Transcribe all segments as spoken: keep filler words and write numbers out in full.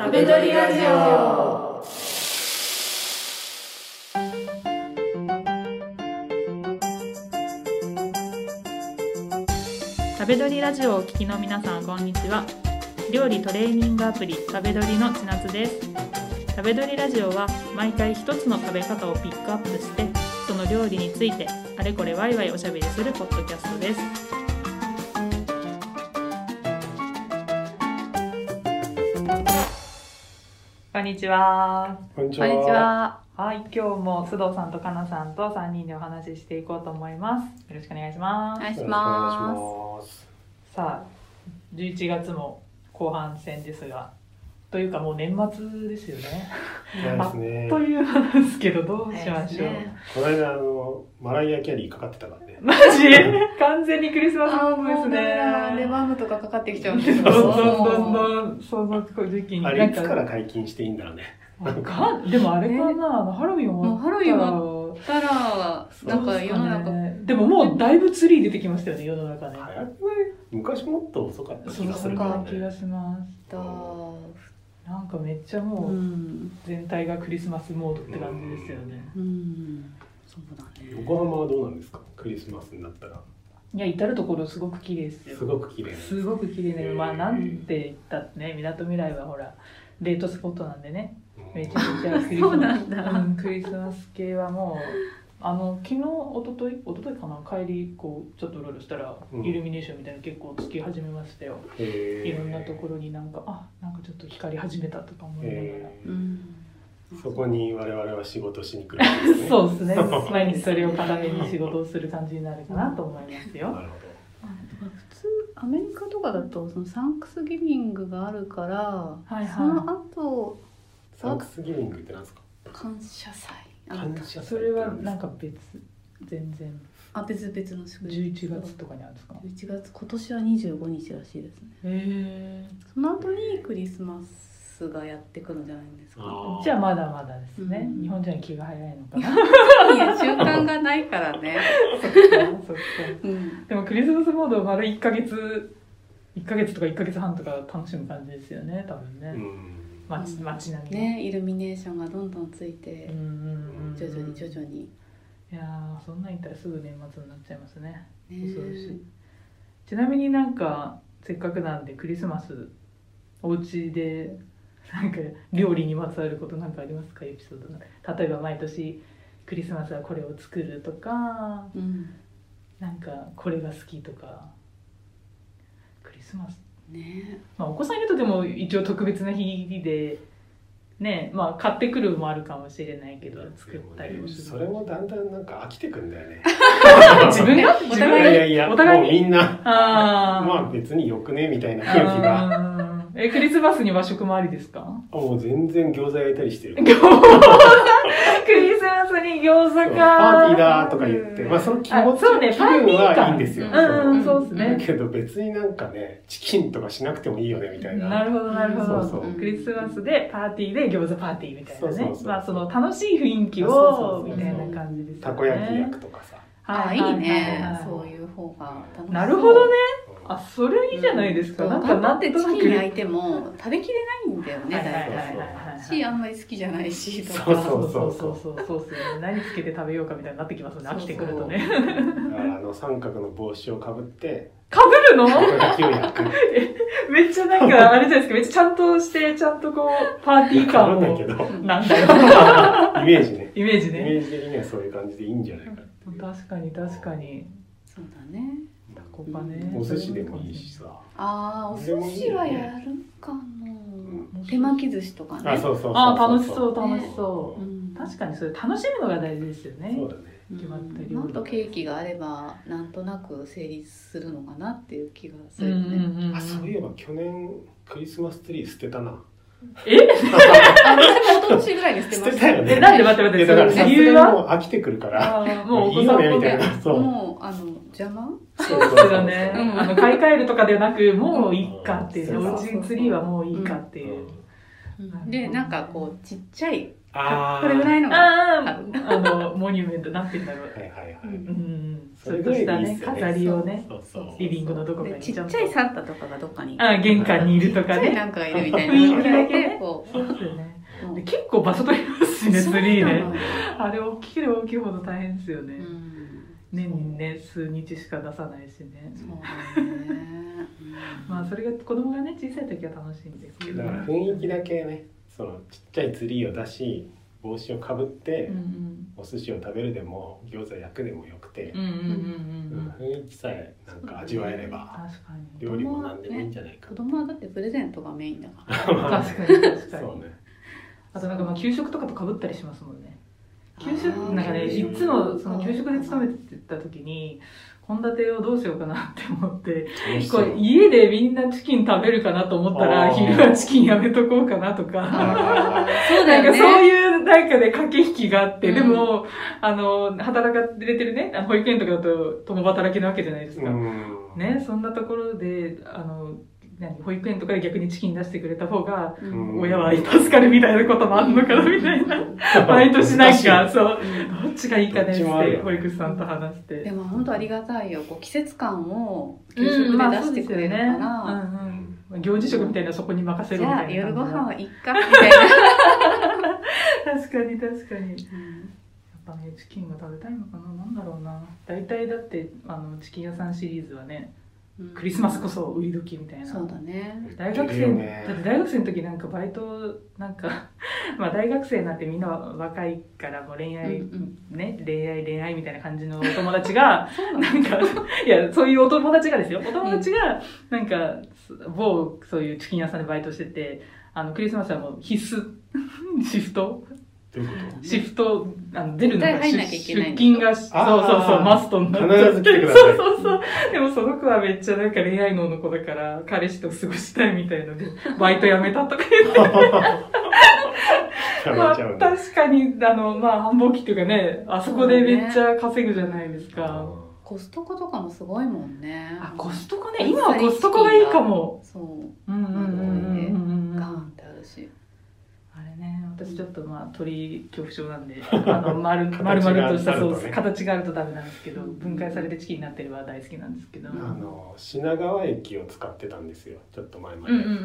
食べどりラジオ。食べどりラジオをお聞きの皆さん、こんにちは。料理トレーニングアプリ食べどりの千夏です。食べどりラジオは毎回一つの食べ方をピックアップして、その料理についてあれこれワイワイおしゃべりするポッドキャストです。こんにちは。 こんにちは。 こんにちは。はい、今日も須藤さんとかなさんとさんにんでお話ししていこうと思います。よろしくお願いします。 お願いします。 さあ、じゅういちがつも後半戦ですが、というかもう年末ですよね。 そうですね。 という話ですけど、どうしましょう。ね、 この間あのマライア・キャリーかかってたからね。 マジ完全にクリスマスモードですね。 レバームとかかかってきちゃうんですよ。どんどんどんどんその時期に。 あれいつから解禁していいんだろうね。 なんかでもあれかな、ね、ハロウィン終わったら。 ハロウィン終わったらなんか世の中、 ね、でももうだいぶツリー出てきましたよね、世の中ね。 早くない？昔もっと遅かった気がするからね。 そう気がします。なんかめっちゃもう全体がクリスマスモードって感じですよね。 うん、うん、そうだね。 横浜はどうなんですか？クリスマスになったら。 いや、至るところすごく綺麗ですよ。 すごく綺麗。 すごく綺麗ね。まあなんて言ったってね、みなとみらいはほらデートスポットなんでね。めちゃめちゃクリスマス、うん、クリスマス系はもうあの昨日一昨日一昨日かな、帰りこうちょっとうろうろしたら、うん、イルミネーションみたいなの結構つき始めましたよ。いろんなところになんかあなんかちょっと光り始めたとか思いながら、うん、 そこに我々は仕事しに来るんですね。 そうですね。毎日それを片目に仕事をする感じになるかなと思いますよ。 なるほど。 普通アメリカとかだとそのサンクスギビングがあるから、はいはい、その後サンクスギビングってなんですか？ 感謝祭。 感謝祭。 それはなんか別全然。 あ、別々の祝日。 じゅういちがつとかにあるんですか？ じゅういちがつ、今年はにじゅうごにちらしいですね。 へえ。 その後にクリスマスがやってくるんじゃないんですか。 じゃあまだまだですね。うん、日本人は気が早いのかな。 いや、習慣がないからね。 そっかそっか。うん、でもクリスマスモードを丸いっかげつ、いっかげつとかいっかげつはんとか楽しむ感じですよね、多分ね。うん街, 街並みね、イルミネーションがどんどんついて、うんうんうん、徐々に徐々に。 いやー、そんなん言ったらすぐ年末になっちゃいますね。恐ろしい。ちなみになんかせっかくなんでクリスマスお家でなんか料理にまつわることなんかありますか？エピソード。例えば毎年クリスマスはこれを作るとか、うん、なんかこれが好きとか。クリスマスね、まあ、お子さんいるとでも一応特別な日でね、まあ買ってくるもあるかもしれないけど作ったりもする、ね、 それもだんだんなんか飽きてくんだよね。 自分がお互いいやいやお互いもうみんなあまあ別によくねみたいな空気が。 え、クリスマスに和食もありですか？ あ、もう全然餃子焼いたりしてる。 クリスマスに餃子かパーティーだとか言って、まあその気持ち、 そうね、 気分はいいんですよ。 うん、そうですね。 だけど別になんかね、チキンとかしなくてもいいよねみたいな。 なるほどなるほど。 そうそう、 クリスマスでパーティーで餃子パーティーみたいなね。そうそうそう、まあその楽しい雰囲気をみたいな感じですね。 たこ焼き焼くとかさ。 あ、いいね。そういう方が楽しそう。 なるほどね。あ、それいいじゃないですか。 うん、なんかなんてチキン焼いても食べきれないんだよね、大体。し、あんまり好きじゃないしとか。 そうそうそうそうそうそうですね。何つけて食べようかみたいになってきますね。飽きてくるとね。 あの三角の帽子をかぶって。 かぶるの？ たこ焼きを焼く。 めっちゃなんかあれじゃないですか。めっちゃちゃんとしてちゃんとこうパーティー感を。 なんだけど。 なんだよ。 イメージね。 イメージね。 イメージ的にはそういう感じでいいんじゃないか。 確かに確かに。 そうだね。 タコパね。 お寿司でもいいしさ。 ああ、お寿司はやるかも。手巻き寿司とかね。 あ、そうそうそう。 あ、楽しそう楽しそう。確かにそれ楽しむのが大事ですよね。 そうだね。 決まったり。なんとケーキがあればなんとなく成立するのかなっていう気がするね。 あ、そういえば去年クリスマスツリー捨てたな。 え？ あ、私も一昨年ぐらいに捨てました。 捨てたよね。 なんで待って待って。 だから理由はもう飽きてくるから。 もうお子さんもね。 もうあの邪魔？ そうですよね。あの買い替えるとかではなく、もういいかっていう、おうちツリーはもういいかっていう。 で、なんかこうちっちゃいあこれぐらいのがあああのモニュメントなんて言うんだろう、 はいはいはい、 うん、 それとしたね飾りをね、 そうそうそうリビングのどこかにちっちゃいサンタとかがどっかにあ玄関にいるとかね、 ちっちゃいなんかがいるみたいな雰囲気だけね、 こうそうですよね。で結構場所取りますしね、ツリーね。あれ大きければ大きいほど大変ですよね。うん、年にね数日しか出さないしね。 そうだね。うん、 まあそれが子供がね小さい時は楽しいんですけど。 だから雰囲気だけね、そのちっちゃいツリーを出し、帽子をかぶって、うんうん、お寿司を食べるでも餃子焼くでもよくて、うんうんうんうん、雰囲気さえなんか味わえれば、ね、確かに料理も何でもいいんじゃないか。 子供はだってプレゼントがメインだから。 確かに確かに。 そうね。 あとなんかまあ給食とかと被ったりしますもんね。給食なんかね、いつもその給食で勤めてた時に献立をどうしようかなって思って、これ家でみんなチキン食べるかなと思ったら昼はチキンやめとこうかなとか、そうだよね、なんかそういうなんかね駆け引きがあって、うん、でもあの働かれてるね、保育園とかだと共働きなわけじゃないですか。ね、そんなところであの何保育園とかで逆にチキン出してくれた方が、うん、親は助かるみたいなこともあるのかなみたいな、毎年なんかそうどっちがいいかねって保育士さんと話して、 でも本当ありがたいよ、こう季節感を給食で出してくれるから、うんまあうんうん、行事食みたいなそこに任せるみたいな、 じゃあ夜ご飯はいっかみたいな確かに確かに、うん、やっぱねチキンが食べたいのかな、なんだろうな、大体だってあのチキン屋さんシリーズはねクリスマスこそ売り時みたいな。 そうだね。 大学生、ね、だって大学生の時なんかバイトなんかまあ大学生なんてみんな若いからもう恋愛、うんうん、ね恋愛恋愛みたいな感じのお友達がなんかいやそういうお友達がですよ、お友達がなんか某そういうチキン屋さんでバイトしてて、あのクリスマスはもう必須シフト。 どういうこと？ シフトあの出るのが出勤がそうそうそうマストになって必ず来てください。 そうそうそう。でもその子はめっちゃなんか恋愛脳の子だから彼氏と過ごしたいみたいのでバイト辞めたとか言ってまあ確かにあのまあ繁忙期っていうかね、あそこでめっちゃ稼ぐじゃないですか。 コストコとかもすごいもんね。 あコストコね、今はコストコがいいかも。 そう。うんうんうんうんうん。 ガーンってあるし。 あれね、私ちょっとまあ鳥恐怖症なんで、あの丸丸々としたそう形があるとダメなんですけど、分解されてチキンになってれば大好きなんですけど、あの品川駅を使ってたんですよ、ちょっと前まで。 うんうんうんうん、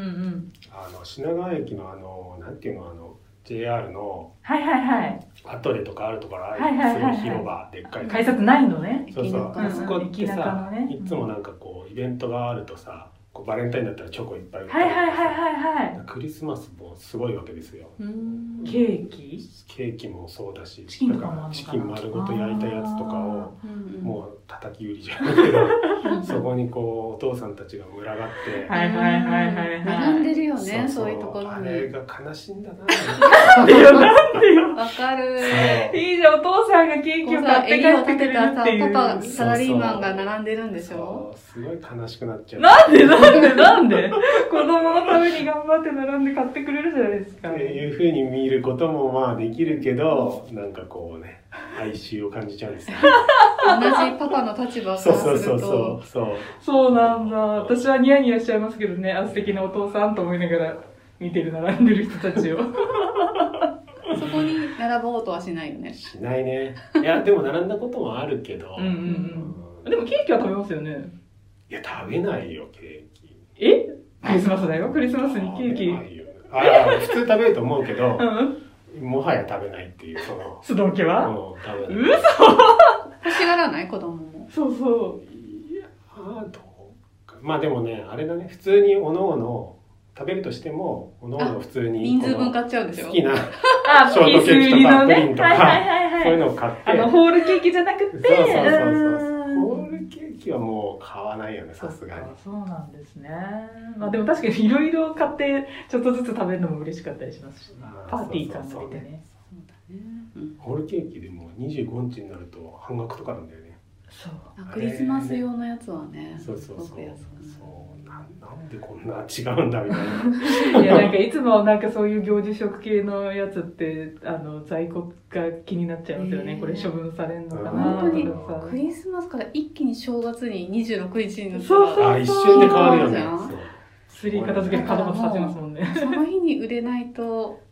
あの品川駅のあのなんていうのあの ジェイアール のはいはいはいアトレとかあるところある、 はいはいはいはい、 すごい広場でっかい改札ないのね。 そうそう、あそこってさ、 ね、 いつもなんかこうイベントがあるとさ。バレンタインだったらチョコいっぱい売ってはいはいはいはいはい。 クリスマスもすごいわけですよ。 うんケーキ？ ケーキもそうだし、 チキンとかもあるのかな。 チキン丸ごと焼いたやつとかをもう叩き売りじゃないけど、そこにこうお父さんたちが群がってはいはいはいはい、 並んでるよね、そういうところに。 あれが悲しいんだな。 なんでよなんでよ。 わかる。 いいじゃん、お父さんがケーキを買って帰ってくれるっていう。 パパサラリーマンが並んでるんでしょ。 すごい悲しくなっちゃう。 なんでなんでなんで子供のために頑張って並んで買ってくれるじゃないですか。 っていう風に見ることもまあできるけど、なんかこうね、哀愁を感じちゃうんですよ。 同じパパの立場からすると。そうそうそうそう。 そうなんだ。私はニヤニヤしちゃいますけどね、あ、素敵なお父さんと思いながら見てる並んでる人たちを。 そこに並ぼうとはしないよね。 しないね。いやでも並んだこともあるけど。 うんうんうん。でもケーキは食べますよね。 いや食べないよケーキ。 え？クリスマスだよ。クリスマスにケーキ。 ああ普通食べると思うけど、うん、もはや食べないっていうその。 須藤家は？ うん、食べない。 嘘？ 欲しがらない子供も。 そうそう。 いやあどうか。まあでもねあれだね、普通におのおの食べるとしてもおのおの普通に人数分買っちゃうんですよ。 好きなショートケーキとかプリンとかそういうのを買って、 あのホールケーキじゃなくて、 そうそうそうそうホールケーキはもう買わないよね、さすがに。 そうなんですね。まあでも確かにいろいろ買ってちょっとずつ食べるのも嬉しかったりしますし、ね、パーティー感が出てね。 ホールケーキでもにじゅうごにちになると半額とかなんだよね。 そう。 クリスマス用のやつはね。 そうそうそう。そうな、なんでこんな違うんだみたいな。 いやなんかいつもなんかそういう行事食系のやつってあの在庫が気になっちゃいますよね。えー、これ処分されるのかな。 本当にクリスマスから一気に正月ににじゅうろくにちになったら、 そうそうそう。 あ一瞬で変わるよね。 ツリー片付ける角が立ちますもんね。 その日に売れないと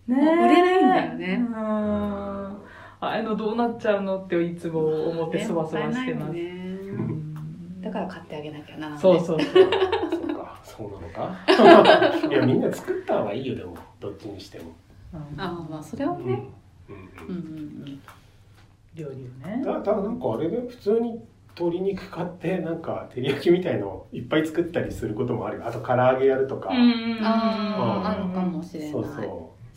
ね、もう売れないんだよね。 うん、ああいうのどうなっちゃうのっていつも思ってそわそわしてます、ねね、 うん、だから買ってあげなきゃな。 そうそうそうそうか、そうなのかいやみんな作った方がいいよ。でもどっちにしても、 うん、あまあそれはね、 うんうんうん、 料理をね。 だだからなんかあれで普通に鶏肉買ってなんか照り焼きみたいのをいっぱい作ったりすることもあるよ。あと唐揚げやるとか、 うん、ああ、あるかもしれない。 そうそう、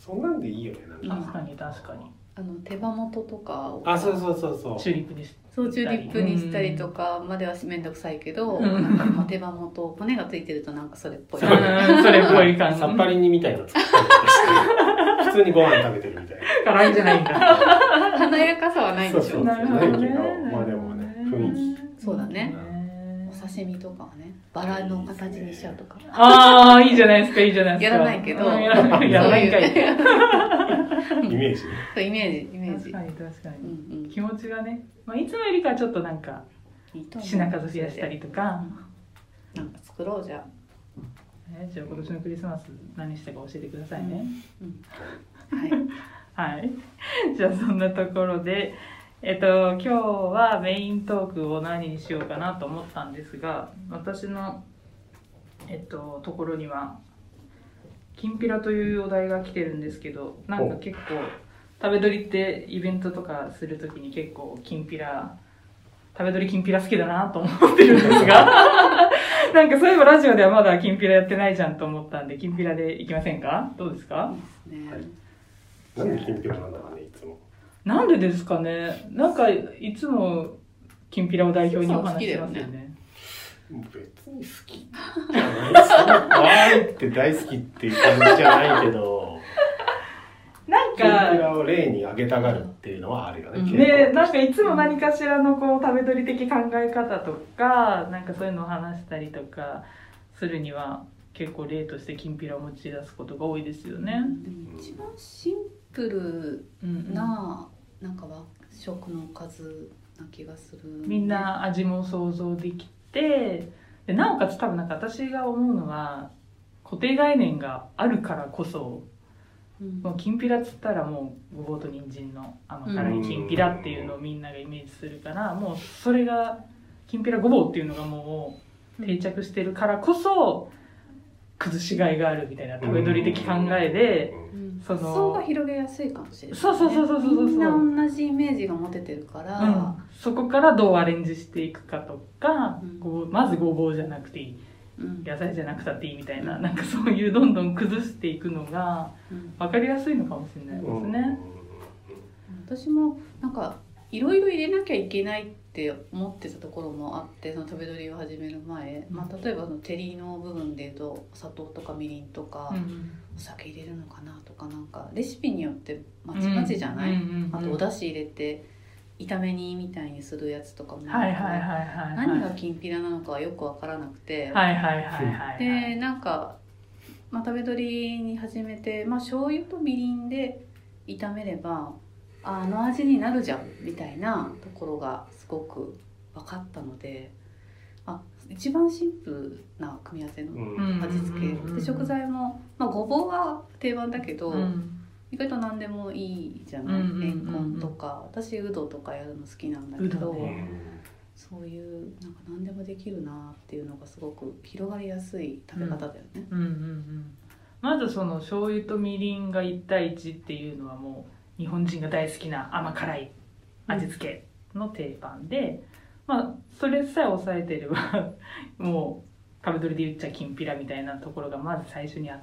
そんなんでいいよね。 なんか確かに確かに。 あの手羽元とかをあ、そうそうそうそう、 チューリップにしそうチューリップにしたりとかまではめんどくさいけど、なんかまあ手羽元骨がついてるとなんかそれっぽい、 それっぽい感じ。 さっぱり煮みたいなの作ったりとかして普通にご飯食べてるみたいな。 辛いんじゃないんだ。 華やかさはないんでしょ。 そうそう、ないけど、まあでもね、雰囲気。そうだね。お刺身とかはね、バラの形にしちゃうとか。 ああ、いいじゃないですか、いいじゃないですか。 やらないけど、 やらないかい。 イメージね。 そう、イメージ、イメージ。 確かに確かに、 うんうん、 気持ちがね、まあ、いつもよりかはちょっとなんか品数増やしたりとか、 なんか作ろうじゃ。 えじゃあ今年のクリスマス何したか教えてくださいね。 うんうん、 はいはい。じゃあそんなところで、えっと今日はメイントークを何にしようかなと思ったんですが、私のえっとところにはきんぴらというお題が来てるんですけど、なんか結構食べどりってイベントとかするときに結構きんぴら食べどりきんぴら好きだなと思ってるんですがなんかそういえばラジオではまだきんぴらやってないじゃんと思ったんで、きんぴらでいきませんか？どうですか？ いいですね。 はい、なんできんぴらなんだかね、いつも。 なんでですかね。なんかいつもきんぴらを代表にお話ししてますよね。 別に好きじゃない。その可愛いって大好きっていう感じじゃないけど。 なんかきんぴらを例に挙げたがるっていうのはあるよね。 ね、なんかいつも何かしらのこう食べ取り的考え方とか、なんかそういうのを話したりとかするには結構例としてきんぴらを持ち出すことが多いですよね。 でも一番シンプルな、うん、なんか和食のおかずな気がする、ね。 みんな味も想像できて、でなおかつ多分なんか私が思うのは固定概念があるからこそ。もうきんぴらっつったらもうごぼうと人参の甘辛いきんぴらっていうのをみんながイメージするから、もうそれがきんぴらごぼうっていうのがもう定着してるからこそ崩しがいがあるみたいな食べ取り的考えで、 その発想が広げやすいかもしれない、ね、 そうそうそうそうそうそう、 みんな同じイメージが持ててるから、うん、 そこからどうアレンジしていくかとか、うん、ごまずごぼうじゃなくていい、野菜じゃなくたっていいみたいな、なんかそういうどんどん崩していくのが分かりやすいのかもしれないですね。 私もなんかいろいろ入れなきゃいけないって思ってたところもあって、その食べ取りを始める前、まあ、例えばの照りの部分でいうと砂糖とかみりんとか、うん、お酒入れるのかなとか、なんかレシピによってまちまちじゃない、あとお出汁入れて炒め煮みたいにするやつとかも、何がきんぴらなのかはよく分からなくて、でなんか、まあ、食べ取りに始めて、まあ、醤油とみりんで炒めればあの味になるじゃんみたいなところがすごく分かったので、あ一番シンプルな組み合わせの味付けで、食材も、まあ、ごぼうは定番だけど、うん意外と何でもいいじゃない、レンコンとか、私うどとかやるの好きなんだけど、ね、そういうなんか何でもできるなっていうのがすごく広がりやすい食べ方だよね、 うんうんうんうん、まずその醤油とみりんがいち対いちっていうのはもう日本人が大好きな甘辛い味付けの定番で、うん、まあそれさえ抑えてればもう食べ取りで言っちゃきんぴらみたいなところがまず最初にあって、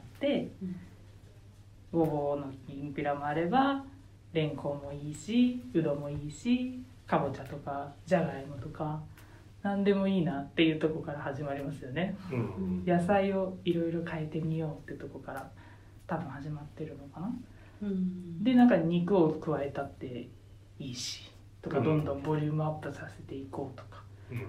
うんごぼうのきんぴらもあればレンコンもいいしうどもいいしかぼちゃとかじゃがいもとか何でもいいなっていうとこから始まりますよね、うん、野菜をいろいろ変えてみようってとこから多分始まってるのかな、うん、でなんか肉を加えたっていいしとか、どんどんボリュームアップさせていこうとか、うんうん、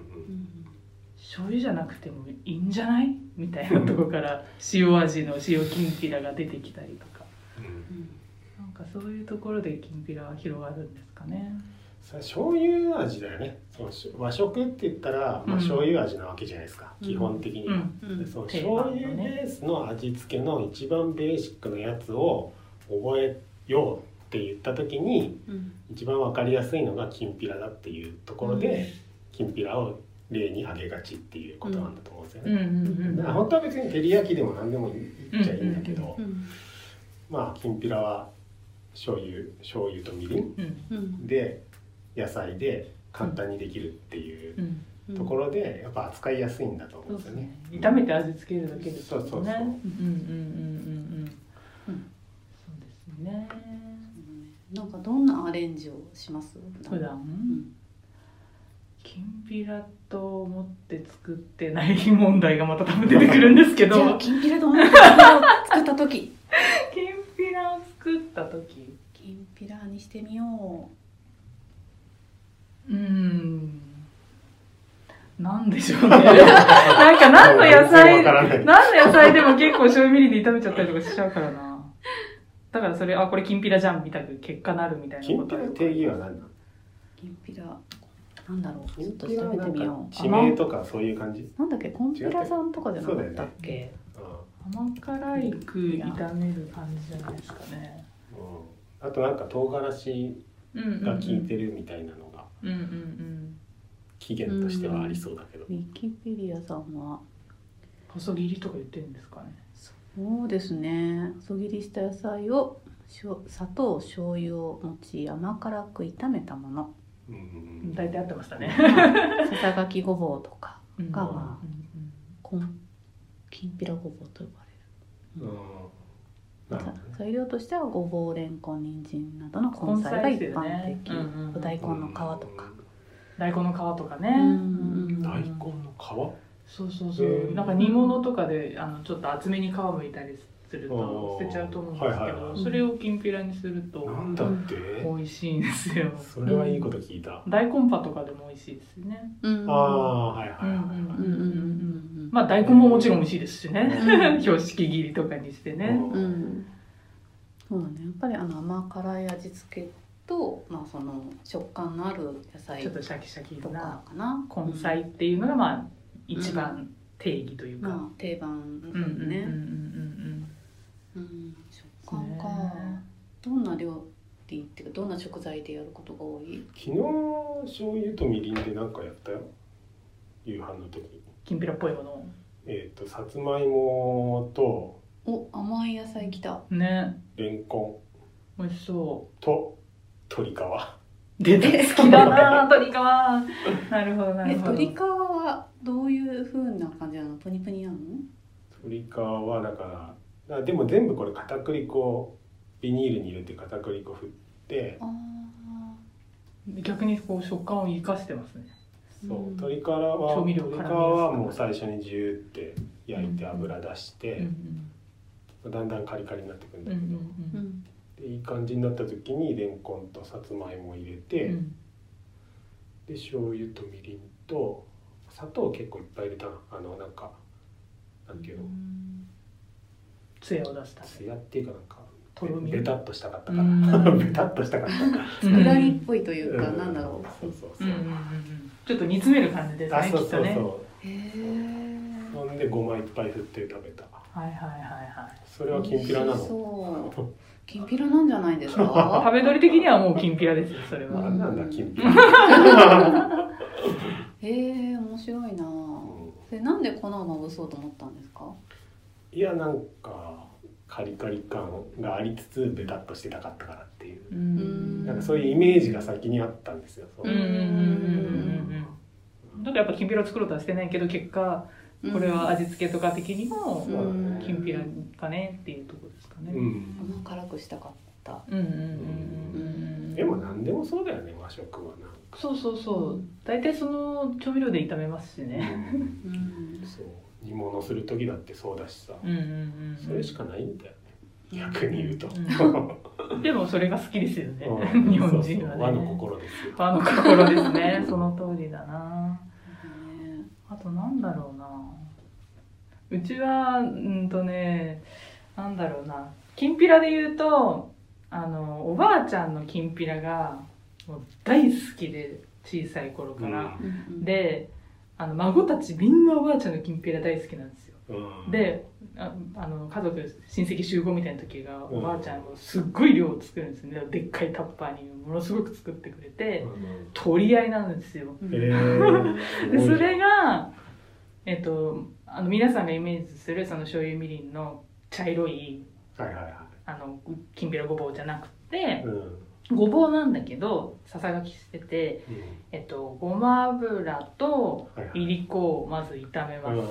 醤油じゃなくてもいいんじゃないみたいなとこから塩味の塩きんぴらが出てきたりとか、なんかそういうところできんぴらは広がるんですかね。 醤油味だよね。その和食って言ったら、まあ、醤油味なわけじゃないですか、うん、基本的には、うんうん、でその醤油ベースの味付けの一番ベーシックなやつを覚えようって言った時に、 うん、 一番わかりやすいのがきんぴらだっていうところで、きんぴらを例に挙げがちっていうことなんだと思うんですよね。うんうんうん、だから本当は別に照り焼きでも何でもいっちゃいいんだけど、うんうんうん、まあきんぴらは醤油醤油とみりんで野菜で簡単にできるっていうところでやっぱ扱いやすいんだと思うんですよね。 うんうん、炒めて味付けるだけですよね。そうそうそう。うんうんうんうん。 そうですね。 なんかどんなアレンジをします？ 普段、うん、きんぴらと思って作ってない問題がまた多分出てくるんですけど。 じゃあきんぴらと思って作った時。 きんぴらを作った時。 きんぴらにしてみよう。うーん。なんでしょうね。なんか何の野菜、何の野菜でも結構醤油みりんで炒めちゃったりとかしちゃうからな。だからそれ、あ、これきんぴらじゃんみたいな結果なるみたいなこと。 きんぴらの定義は何なの？ きんぴら、なんだろう。ちょっと調べてみよう。 地名とかそういう感じ？ なんだっけ、こんぴらさんとかじゃなかったっけ？ね、 甘辛いく炒める感じじゃないですかね。 うん、あとなんか唐辛子が効いてるみたいなのが起源としてはありそうだけど。 ウィキペディアさんは細切りとか言ってるんですかね。 そうですね。細切りした野菜を砂糖醤油を用い甘辛く炒めたもの。 うん、大体合ってましたね。 ささがきごぼうとかが、まあうん、きんぴらごぼうと呼ばれる。うん、材料としてはごぼう、れんこん、人参などの根菜が一般的。ね、うんうん、大根の皮とか。 大根の皮とかね。 大根の皮？ そうそうそう。なんか煮物とかであのちょっと厚めに皮むいたりすると捨てちゃうと思うんですけど、はいはいはい、それをきんぴらにするとなんだって美味しいんですよ。 それはいいこと聞いた。 大根パとかでも美味しいですよね。 うん、ああはいはいはいはい。 まあ大根ももちろん美味しいですしね。標識切りとかにしてね。 うん、そうだね。やっぱりあの甘辛い味付けと、まあその食感のある野菜ちょっとシャキシャキとなかかな。 根菜っていうのがまあ一番定義というか、 まあ定番ですよね。食感か。どんな料理っていうかどんな食材でやることが多い？ 昨日醤油とみりんでなんかやったよ。夕飯の時。 きんぴらっぽいもの。 えっとさつまいもと。 お、甘い野菜きた。 ね。 れんこん。美味しそう。 と鶏皮。 出た、好きだな鶏皮。なるほどなるほど。 鶏皮はどういう風な感じなの？プニプニなの？ 鶏皮はだからでも全部これ片栗粉ビニールに入れて片栗粉振って、あ逆にこう食感を生かしてますね。 そう、鶏皮は鶏皮はもう最初にジューって焼いて油出して、うんうん、だんだんカリカリになってくるんだけど、うんうん、でいい感じになった時にレンコンとさつまいも入れて、うん、で醤油とみりんと砂糖結構いっぱい入れたな。あのなんかなんていうの、 ツヤを出したツヤっていうかなんかとろみベタっとしたかったからベタっとしたかったつくだ煮っぽいというか、うん、なんだろう、 そうそうそう、うんうんうん、 ちょっと煮詰める感じですね。 あ、そうそうそう、 ね、 へそんでごまいっぱい振って食べた。 はいはいはいはい。 それはきんぴらなの？ そうきんぴらなんじゃないですか？ 食べ取り的にはもうきんぴらですよそれは。 なんなんだきんぴら。 へえ面白いな。それなんで粉をまぶそうと思ったんですか？ いやなんかカリカリ感がありつつベタっとしてたかったからっていう、うん、なんかそういうイメージが先にあったんですよ。そう。うんうんうんうんうん。だからやっぱきんぴら作ろうとはしてないけど結果これは味付けとか的にもきんぴらかねっていうところですかね。うん、 甘辛くしたかった。 うんうんうんうん。 でも何でもそうだよね和食はなんか。 そうそうそう。大体その調味料で炒めますしね。 うん、そう。煮物する時だってそうだしさ。うんうんうん、それしかないんだよね。逆に言うと。 うん、でもそれが好きですよね。うん、日本人はね。そうそう和の心ですよ。 和の心ですね。その通りだな。あとなんだろうな。うちはうんとねなんだろうなきんぴらで言うとあのおばあちゃんのきんぴらがもう大好きで小さい頃から、うん、であの孫たちみんなおばあちゃんのきんぴら大好きなんですよ。 うん、 で あ, あの家族親戚集合みたいな時が、おばあちゃんもすっごい量を作るんですね。でっかいタッパーにものすごく作ってくれて、うん、取り合いなんですよ。 えー、 でそれが、えっと、あの皆さんがイメージするその醤油みりんの茶色い、 はいはいはい、 あのきんぴらごぼうじゃなくて、 うん、 ごぼうなんだけどささがきしてて、うん、えっと、ごま油といりこをまず炒めます、はいはい、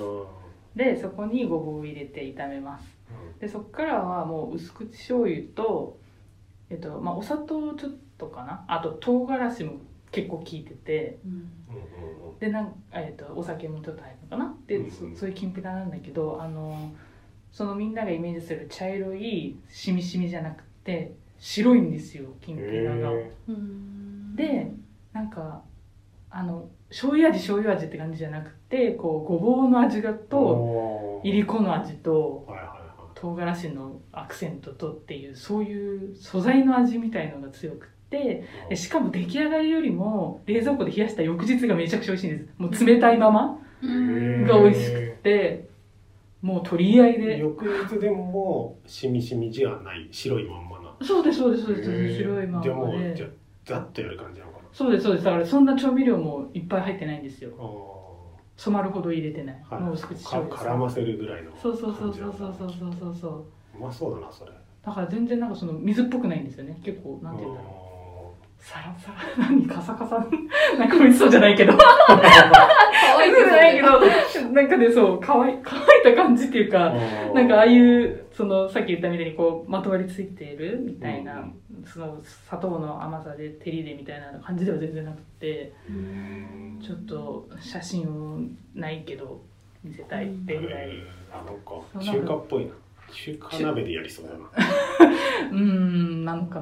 でそこにごぼうを入れて炒めます、うん、でそこからはもう薄口醤油と、えっとまあ、お砂糖ちょっとかな、あと唐辛子も結構効いてて、うん、でなん、えっと、お酒もちょっと入るのかなで、うん、そ, そういうきんぴらなんだけど、あのそのみんながイメージする茶色いしみしみじゃなくて白いんですよ、きんぴらが。でなんかあの醤油味醤油味って感じじゃなくて、こうごぼうの味がといりこの味と唐辛子のアクセントとっていう、そういう素材の味みたいのが強くて、でしかも出来上がりよりも冷蔵庫で冷やした翌日がめちゃくちゃ美味しいんです。もう冷たいままが美味しくて、もう取り合いで翌日でももうしみしみじゃない白いまんまな。 そうですそうですそうです、白いまんまで。 じゃあもうじゃあザッとやる感じなのかな。 そうですそうです。だからそんな調味料もいっぱい入ってないんですよ。染まるほど入れてない、はい、もう薄口醤油絡ませるぐらいの。 そうそうそうそうそうそうそうそうそう。 うまそうだなそれ。 だから全然なんかその水っぽくないんですよね。結構なんていうんだろう、サラサラ、何カサカサなんか美味しそうじゃないけど可愛くないけど、なんかね、そう乾い乾いた感じっていうか、なんかああいうそのさっき言ったみたいにこうまとわりついているみたいな、うん、その砂糖の甘さで照りでみたいな感じでは全然なくて、ちょっと写真をないけど見せたいってぐらい、 あ、なんか中華っぽいな。中華鍋でやりそうだな。 うーん、なんか、うん、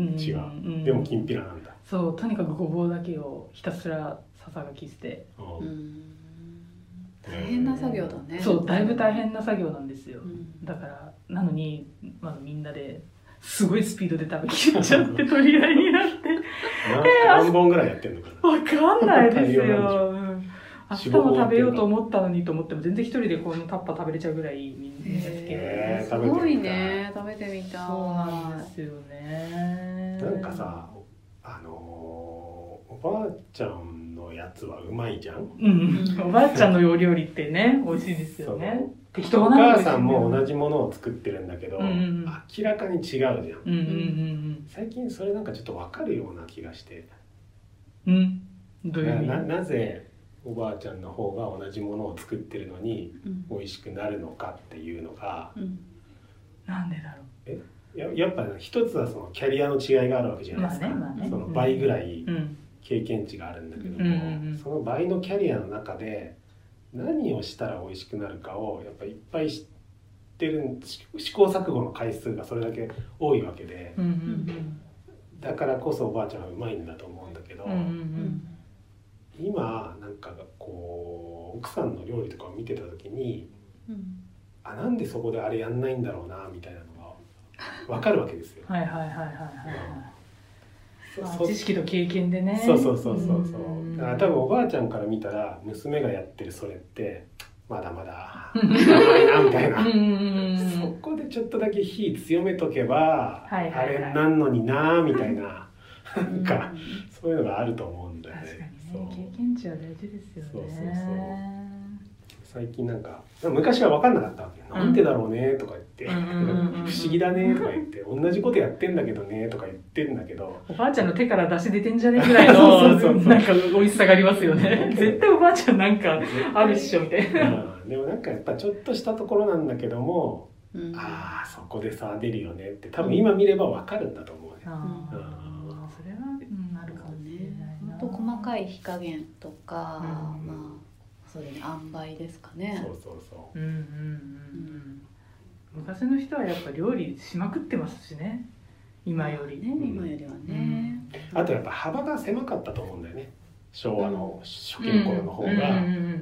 違う、うん、でもきんぴらなんだ。 そう、とにかくごぼうだけをひたすらささがきして、 うん、大変な作業だね。 そう、だいぶ大変な作業なんですよ、うん、だからなのに、まあ、みんなですごいスピードで食べきっちゃって取り合いになって何本ぐらいやってんのかな、 わかんないですよ。明日も食べようと思ったのにと思っても全然一人でこのタッパー食べれちゃうぐらいみんな好きで、 すごいね、食べてみたい。 そうなんですよね。 なんかさ、あのー、おばあちゃんのやつはうまいじゃん、 うん、おばあちゃんのお料理ってね美味しいですよね。適当なお母さんも同じものを作ってるんだけど、うんうん、明らかに違うじゃん、うんうんうん、最近それなんかちょっと分かるような気がして、 うん、どういう意味？ な, な, なぜおばあちゃんの方が同じものを作ってるのに美味しくなるのかっていうのが、うん、 なんでだろう。 え や, やっぱ一つはそのキャリアの違いがあるわけじゃないですか、まあねまあね、その倍ぐらい経験値があるんだけども、うんうんうん、その倍のキャリアの中で何をしたら美味しくなるかをやっぱいっぱい知ってる、試行錯誤の回数がそれだけ多いわけで、うんうんうん、だからこそおばあちゃんはうまいんだと思うんだけど、うんうんうん、今なんかこう奥さんの料理とかを見てた時に、うん、あ、なんでそこであれやんないんだろうなみたいなのが分かるわけですよ。 はいはいはいはいはい、うん、まあ、知識と経験でね。 そうそうそうそうそう。だから多分おばあちゃんから見たら娘がやってるそれってまだまだ甘いなみたいなそこでちょっとだけ火強めとけば、はいはいはい、あれなんのになみたいななんかそういうのがあると思うんだよね。 確かにね、経験値は大事ですよね。そうそうそう、 最近なんか昔は分かんなかったわけ、うん、なんでだろうねとか言って、うん、不思議だねとか言って同じことやってんだけどねとか言ってんだけど、 おばあちゃんの手から出汁出てんじゃねえぐらいのなんか美味しさがありますよね絶対おばあちゃんなんかあるっしょみたいな、 うん、でもなんかやっぱちょっとしたところなんだけども、うん、ああそこで差出るよねって多分今見れば分かるんだと思うね、うんうん、 それは、うん、あるかもしれないな。 ほんと細かい火加減とか、うん、まあそういう塩梅ですかね。 そうそうそう。 うんうんうんうん。昔の人はやっぱ料理しまくってますしね。今よりね、うん、今よりはね、 うん。あとやっぱ幅が狭かったと思うんだよね。昭和の初期の頃の方が、うんうんうん、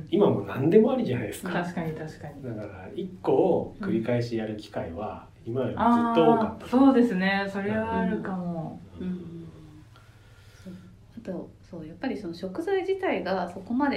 今も何でもありじゃないですか。 確かに確かに。 だから一個を繰り返しやる機会は今よりずっと多かった。 そうですね。それはあるかも。うんうん、 あとそうやっぱりその食材自体がそこまで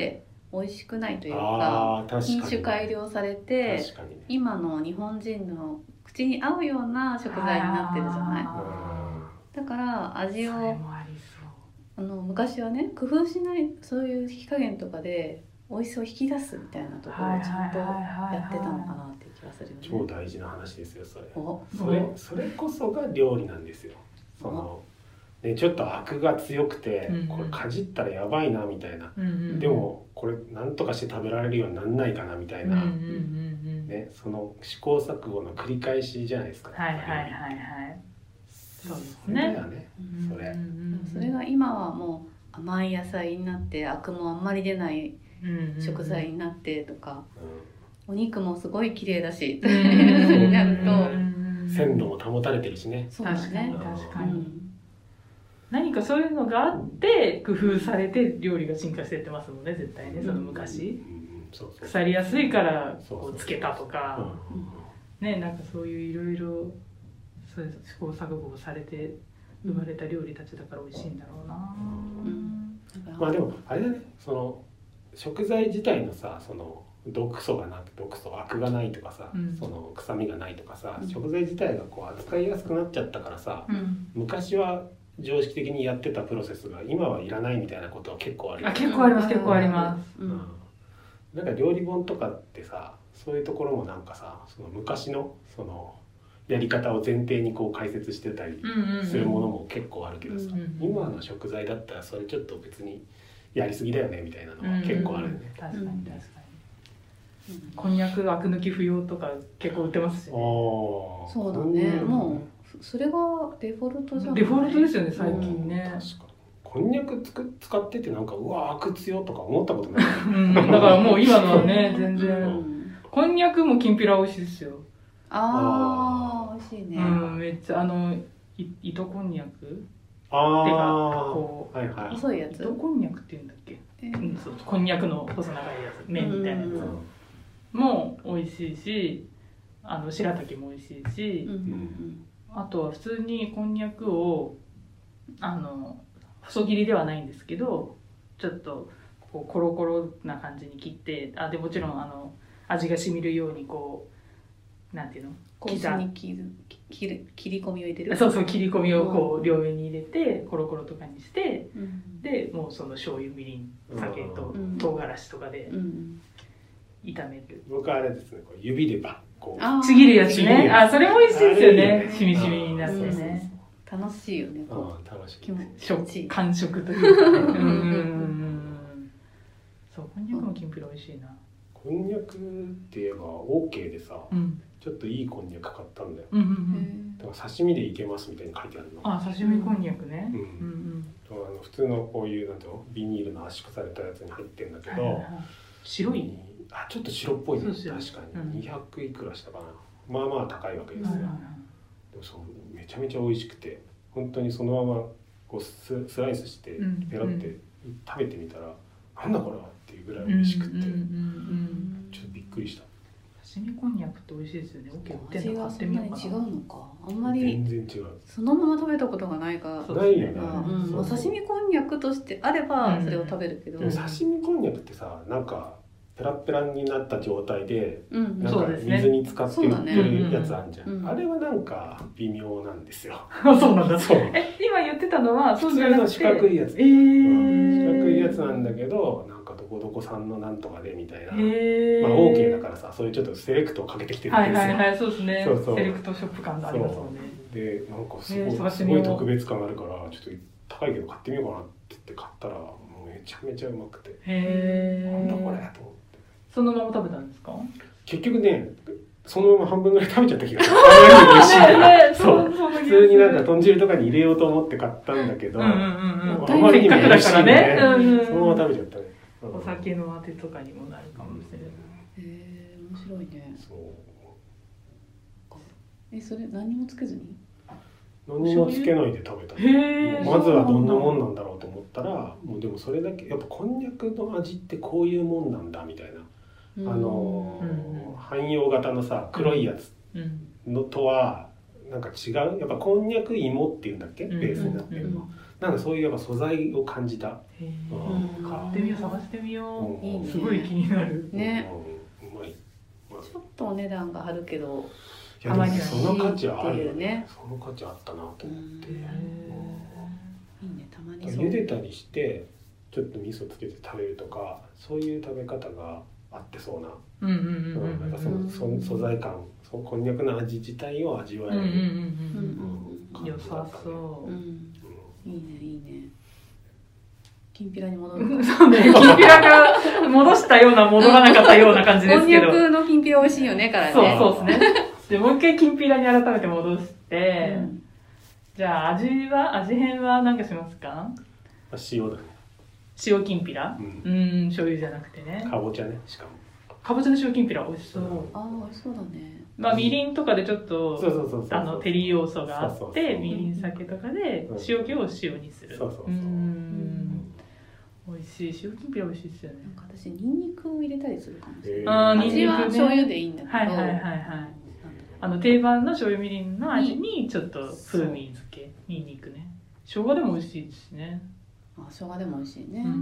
美味しくないというか、 か品種改良されて、 確かにね、 今の日本人の口に合うような食材になってるじゃない。だから味をあの昔はね工夫しないそういう火加減とかで美味しさを引き出すみたいなところをちゃんとやってたのかなっていう気がするよね。 超大事な話ですよそれ。 おそれそれこそが料理なんですよ。そのね、ちょっとアクが強くて、うん、これかじったらやばいなみたいな、うんうん、でもこれなんとかして食べられるようになんないかなみたいな、うんうんうんね、その試行錯誤の繰り返しじゃないですか。 はいはいはいはい。 そうですね。それだよね、うん、それ、うんうん、それが今はもう甘い野菜になってアクもあんまり出ない食材になってとか、うん、お肉もすごい綺麗だしってなると鮮度も保たれてるしね。 そうだね、 確かに、うん、何かそういうのがあって工夫されて料理が進化していってますもんね絶対ね。その昔、うん、そうそう腐りやすいからこうつけたとかね、なんかそういういろいろそういう試行錯誤をされて生まれた料理たちだから美味しいんだろうな、 うん、まあでもあれだね、その食材自体のさその毒素がなく毒素アクがないとかさ、うん、その臭みがないとかさ、うん、食材自体がこう扱いやすくなっちゃったからさ、うん、昔は常識的にやってたプロセスが今はいらないみたいなことは結構あるよね。 あ、結構あります結構あります、 うんうん、なんか料理本とかってさそういうところもなんかさその昔のそのやり方を前提にこう解説してたりするものも結構あるけどさ、うんうんうん、今の食材だったらそれちょっと別にやりすぎだよねみたいなのは結構あるよね、 うんうん、確かに確かに、うん、こんにゃくアク抜き不要とか結構売ってますしね。あ、 そうだね、もうそれがデフォルトじゃない。 デフォルトですよね最近ね、 うん、確かにこんにゃくつく使っててなんかうわアク強とか思ったことない、 うん、だからもう今のはね全然、うん、こんにゃくもきんぴら美味しいですよ。 ああ美味しいね、 うん、めっちゃあのい糸こんにゃくあてかこう、 はいはい、細いやつ糸こんにゃくっていうんだっけ、えーうん、そうこんにゃくの細長いやつ麺みたいなやつも美味しいし、あの白滝も美味しいし、うんうんうん、あとは普通にこんにゃくをあの細切りではないんですけどちょっとこうコロコロな感じに切って、あでもちろんあの味が染みるようにこうなんていうのコースに切る切る切り込みを入れる。 そうそう切り込みをこう両面に入れてコロコロとかにして、うん、でもうその醤油みりん酒と唐辛子とかで炒める。 僕はあれですね、こう指でバッこうちぎるやつね。あ、それも美味しいですよね。しみしみになってね。 楽しいよね。 こう楽しい。 気持ちいい。 感触というかね。うん。そうこんにゃくもきんぴら美味しいな。 こんにゃくって言えば OK でさ、うん、ちょっといいこんにゃく買ったんだよ、うんうんうん、だから刺身でいけますみたいに書いてあるの。 あ、刺身こんにゃくね、うんうんうん、あの普通のこういうなんていうのビニールの圧縮されたやつに入ってるんだけど、はいはいはい、 白い、 あ、ちょっと白っぽいね、確かに、うん、にひゃくいくらしたかな、まあまあ高いわけですよ、はいはいはい、でもそうめちゃめちゃ美味しくて本当にそのままこう ス, スライスしてペロって食べてみたら、うんうん、なんだこれはっていうぐらい美味しくて、うんうんうんうん、ちょっとびっくりした。 刺身こんにゃくって美味しいですよね。 味がそんなに違うのか。あんまり全然違う。 そのまま食べたことがないから。 ないよね。 うん、もう刺身こんにゃくとしてあればそれを食べるけど。 うん、刺身こんにゃくってさ、なんかペラペラになった状態で、うん、なんか水に使って売ってるやつあるじゃん、うんうん、あれはなんか微妙なんですよ。 そうなんだ。そう。え、今言ってたのはそうじゃなくて普通の四角いやつ。えー、四角いやつなんだけど、なんかどこどこ産のなんとかでみたいな。えー、まあ OK だからさ、そういうちょっとセレクトをかけてきてるんですよ。 はいはいはい、そうですね。そうそうセレクトショップ感がありますもんね。 で、なんかすごい、えー、すごい特別感があるから、ちょっと高いけど買ってみようかなって言って買ったら、もうめちゃめちゃうまくて。へー。なんだこれと思って。 そのまま食べたんですか？ 結局ね、そのまま半分ぐらい食べちゃった気がする。あまり美味しいから。そう。普通になんか豚汁とかに入れようと思って買ったんだけど、うんうんうん、あまりにも美味しいので、そのまま食べちゃったね。 うん、お酒のあてとかにもなるかもしれない。 へえ、面白いね。そう。え、それ何もつけずに？ 何もつけないで食べた。へまずはどんなもんなんだろうと思ったら、もうでもそれだけやっぱこんにゃくの味ってこういうもんなんだみたいな。あの汎用型のさ黒いやつのとはなんか違う、やっぱこんにゃく芋っていうんだっけベースになってるの、 なんかそういうやっぱ素材を感じた。 へー、買ってみよう、探してみよう、 いいね、 すごい気になるね、 うん、うまい、まあ、 ちょっとお値段が張るけどいやでもその価値はあるよね、 ね。その価値あったなと思って、 いいね、たまにそう茹でたりしてちょっと味噌つけて食べるとか、そういう食べ方があってそうな、 うんうんうんうん、 なんかそのそ素材感、そのこんにゃくの味自体を味わえる良さそう、うん、 いいねいいね。きんぴらに戻るそうね、きんぴらから戻したような戻らなかったような感じですけど、 こんにゃくのきんぴら美味しいよねからね。 そうそうですね。でもう一回きんぴらに改めて戻して、うん、じゃあ味は味変は何かしますか？ 塩だね。 塩きんぴら？うん、うん、醤油じゃなくてね。 かぼちゃね、しかも。 かぼちゃの塩きんぴら美味しそう。 ああ、美味しそうだね。 まあみりんとかでちょっとあの照り要素があって、みりん酒とかで塩気を塩にする。 そうそうそう。 美味しい、塩きんぴら美味しいですよね。 なんか私ニンニクを入れたりするかもしれない。 ああ、ニンニクね。 味は醤油でいいんだけど。 はいはいはいはい。あの定番の醤油みりんの味にちょっと風味付け、ニンニクね。生姜でも美味しいですね。 あ、生姜でも美味しいね。 うん、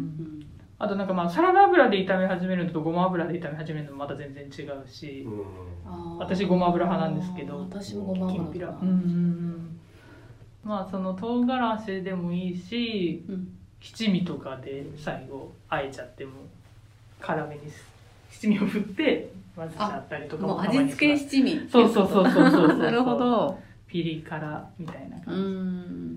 あとなんかまあサラダ油で炒め始めるのとごま油で炒め始めるのもまた全然違うし、うん、私ごま油派なんですけど、 私もごま油派。うんうんうん、まあその唐辛子でもいいし、うん、七味とかで最後あえちゃっても辛めに七味を振って混ぜちゃったりとかも、 もう味付け七味。 そうそうそうそうそうそうなるほど。 ピリ辛みたいな感じ。うん、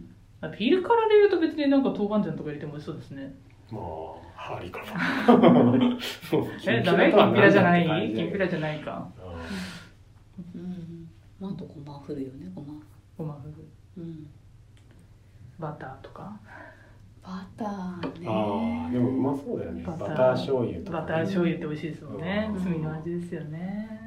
ピリ辛でいうと別になんか豆板醤とか入れても美味しそうですね。 まあハーリかな。 え、ダメ？きんぴらじゃない？きんぴらじゃないか。 うん。あとごま振るよね、ごま。 ごま振る。うん。バターとか。 バターね。 ああ、でもうまそうだよね。バター醤油とか。 バター醤油って美味しいですもんね。罪の味ですよね。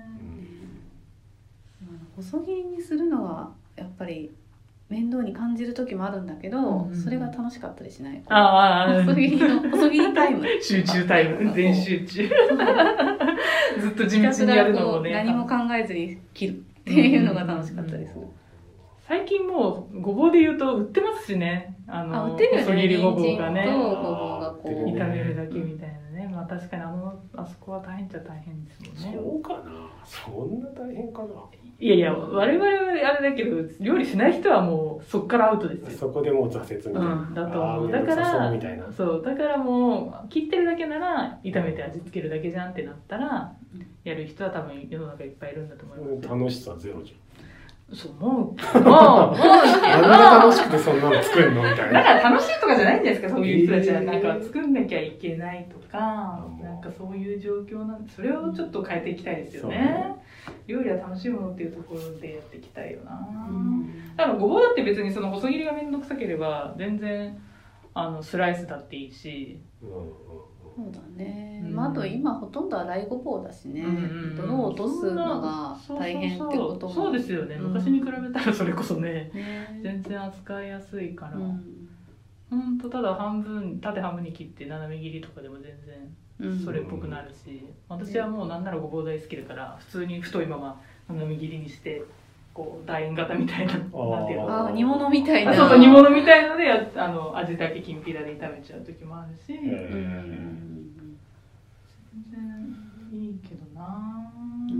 細切りにするのはやっぱり面倒に感じる時もあるんだけど、それが楽しかったりしない？ ああ、 細切りの細切りタイム。 集中タイム、全集中。ずっと地道にやるのもね。 何も考えずに切るっていうのが楽しかったりする。 最近もうごぼうで言うと売ってますしね。あのあ、売ってるよね。 細切りごぼうがね。 ごぼうがこう炒めるだけみたいなね。まあ確かにあのあそこは大変っちゃ大変ですもんね。 そうかな。そんな大変かな。 いやいや、我々はあれだけど料理しない人はもうそっからアウトですよ。 そこでもう挫折みたいな。 うん、だと思う。だからそうだからもう切ってるだけなら炒めて味付けるだけじゃんってなったら、やる人は多分世の中いっぱいいるんだと思います。 楽しさゼロじゃん。 そう思うけど、もうけど。 なんで楽しくてそんなの作るのみたいな。 だから楽しいとかじゃないんじゃないですか、そういう人たちは。なんか作んなきゃいけないとか、なんかそういう状況なんで、それをちょっと変えていきたいですよね。料理は楽しいものっていうところでやっていきたいよな。だからごぼうだって別にその細切りがめんどくさければ、全然あのスライスだっていいし。 そうだね、うん、まあ、あと今ほとんど洗いごぼうだしね、泥を落とすのが大変ってことも。 そうですよね、昔に比べたらそれこそ ね, ね全然扱いやすいから、うん、ほんとただ半分縦半分に切って斜め切りとかでも全然それっぽくなるし、うん、私はもうなんならごぼう大好きだから普通に太いまま斜め切りにしてこう楕円型みたいな、なんていうの、 あ、煮物みたいな、 そうそう煮物みたいのであの味だけきんぴらで炒めちゃう時もあるし、うん、全然いいけどな、 うん、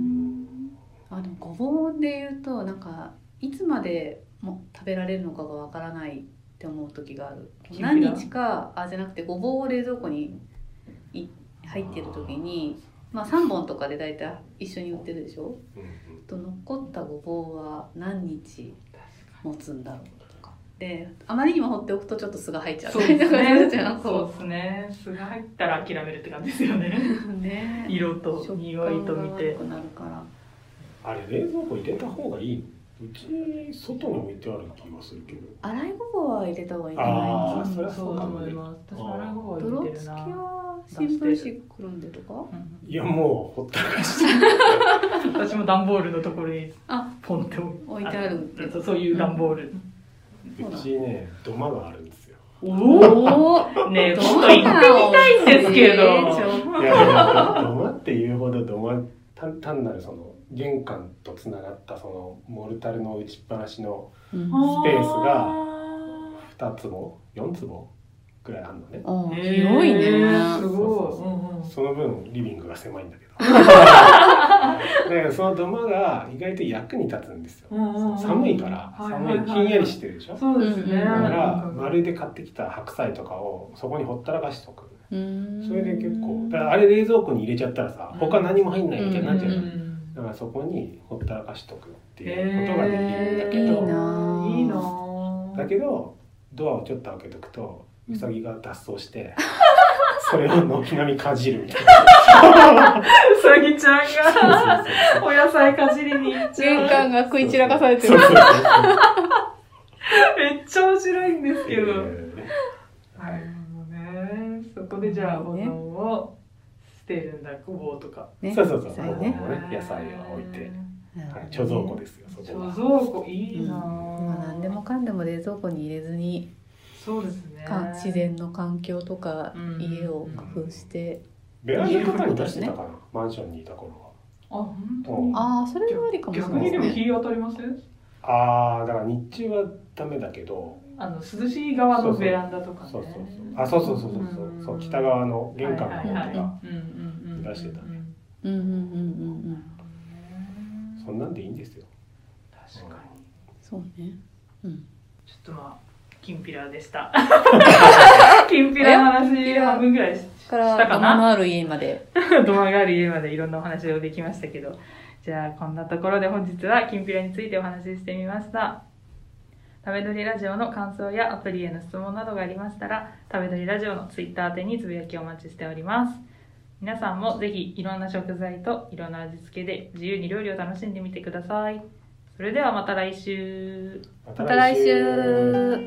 あでもごぼうでいうとなんかいつまでも食べられるのかがわからないって思う時がある。何日かあじゃなくてごぼうを冷蔵庫にい入ってる時に、まあさんぼんとかでだいたい一緒に売ってるでしょ、うんと残ったごぼうは何日持つんだろうとかで、あまりにも放っておくとちょっと巣が入っちゃう。 そうですね。そうですね。巣が入ったら諦めるって感じですよね。ね。色と匂いと見て。 なるから。 あれ冷蔵庫入れた方がいいの？うち外に置いてある気がするけど。 洗いごぼうは入れた方がいいんじゃないですか。ああ、それはそうだと思います。私洗いごぼうは入れてるな。 泥付きは新聞紙くるんでとか？ いやもうほったらかして私も段ボールのところにポンって置いてあるって。 そういう段ボール。 うちね土間があるんですよ。 おお。ねえ、ちょっと行ってみたいんですけど。 いや土間っていうほど土間単単なるその玄関とつながったそのモルタルの打ちっぱなしのスペースがつぼよんつぼくらいあるのね。 あ広いね。 すごい。 その分リビングが狭いんだけどでその土間が意外と役に立つんですよ。寒いから寒いひんやりしてるでしょ。 そうですね。 だから丸で買ってきた白菜とかをそこにほったらかしとく。それで結構だからあれ冷蔵庫に入れちゃったらさ他何も入んないみたいになっちゃう。だからそこにほったらかしとくっていうことができるんだけど、 いいな。 いいな。 だけどドアをちょっと開けとくとウサギが脱走してそれを軒並みかじるみたいな。 ウサギちゃんがお野菜かじりに行っちゃう。 玄関が食い散らかされてる。 そうそうそうそうめっちゃ面白いんですけど。 えーなるほどね。そこでじゃあ保存をしてるんだ、ごぼうとか。 ね、そうそうそう。 野菜ね。 野菜を置いて、はい、貯蔵庫ですよ。そこは。 貯蔵庫いいな。 まあ何でもかんでも冷蔵庫に入れずに。 そうですね。 自然の環境とか家を工夫して。 ベランダとかに出してたかな、マンションにいた頃は。あ、本当に。 ああ、それはありかもしれない。 逆にでも日当たりません？ ああ、だから日中はダメだけど、 あの涼しい側のベランダとかね。 そうそうそう。あ、そうそうそうそうそう。そう北側の玄関の方とか出してたね。 うんうんうんうんうん。 そんなんでいいんですよ。 確かに。 そうね。うん。 ちょっとまあ。キンピラでした。キンピラの話半分ぐらいしたかな。 から土間のある家まで。 土間がある家までいろんなお話をできましたけど、じゃあこんなところで本日はキンピラについてお話ししてみました。食べどりラジオの感想やアプリへの質問などがありましたら、食べどりラジオのツイッター宛てにつぶやきをお待ちしております。皆さんもぜひいろんな食材といろんな味付けで自由に料理を楽しんでみてください。それではまた来週。 また来週。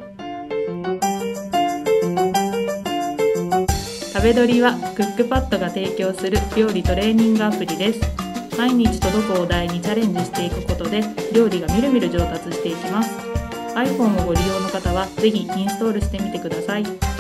食べどりはクックパッドが提供する料理トレーニングアプリです。毎日届くお題にチャレンジしていくことで料理がみるみる上達していきます。iPhone をご利用の方はぜひインストールしてみてください。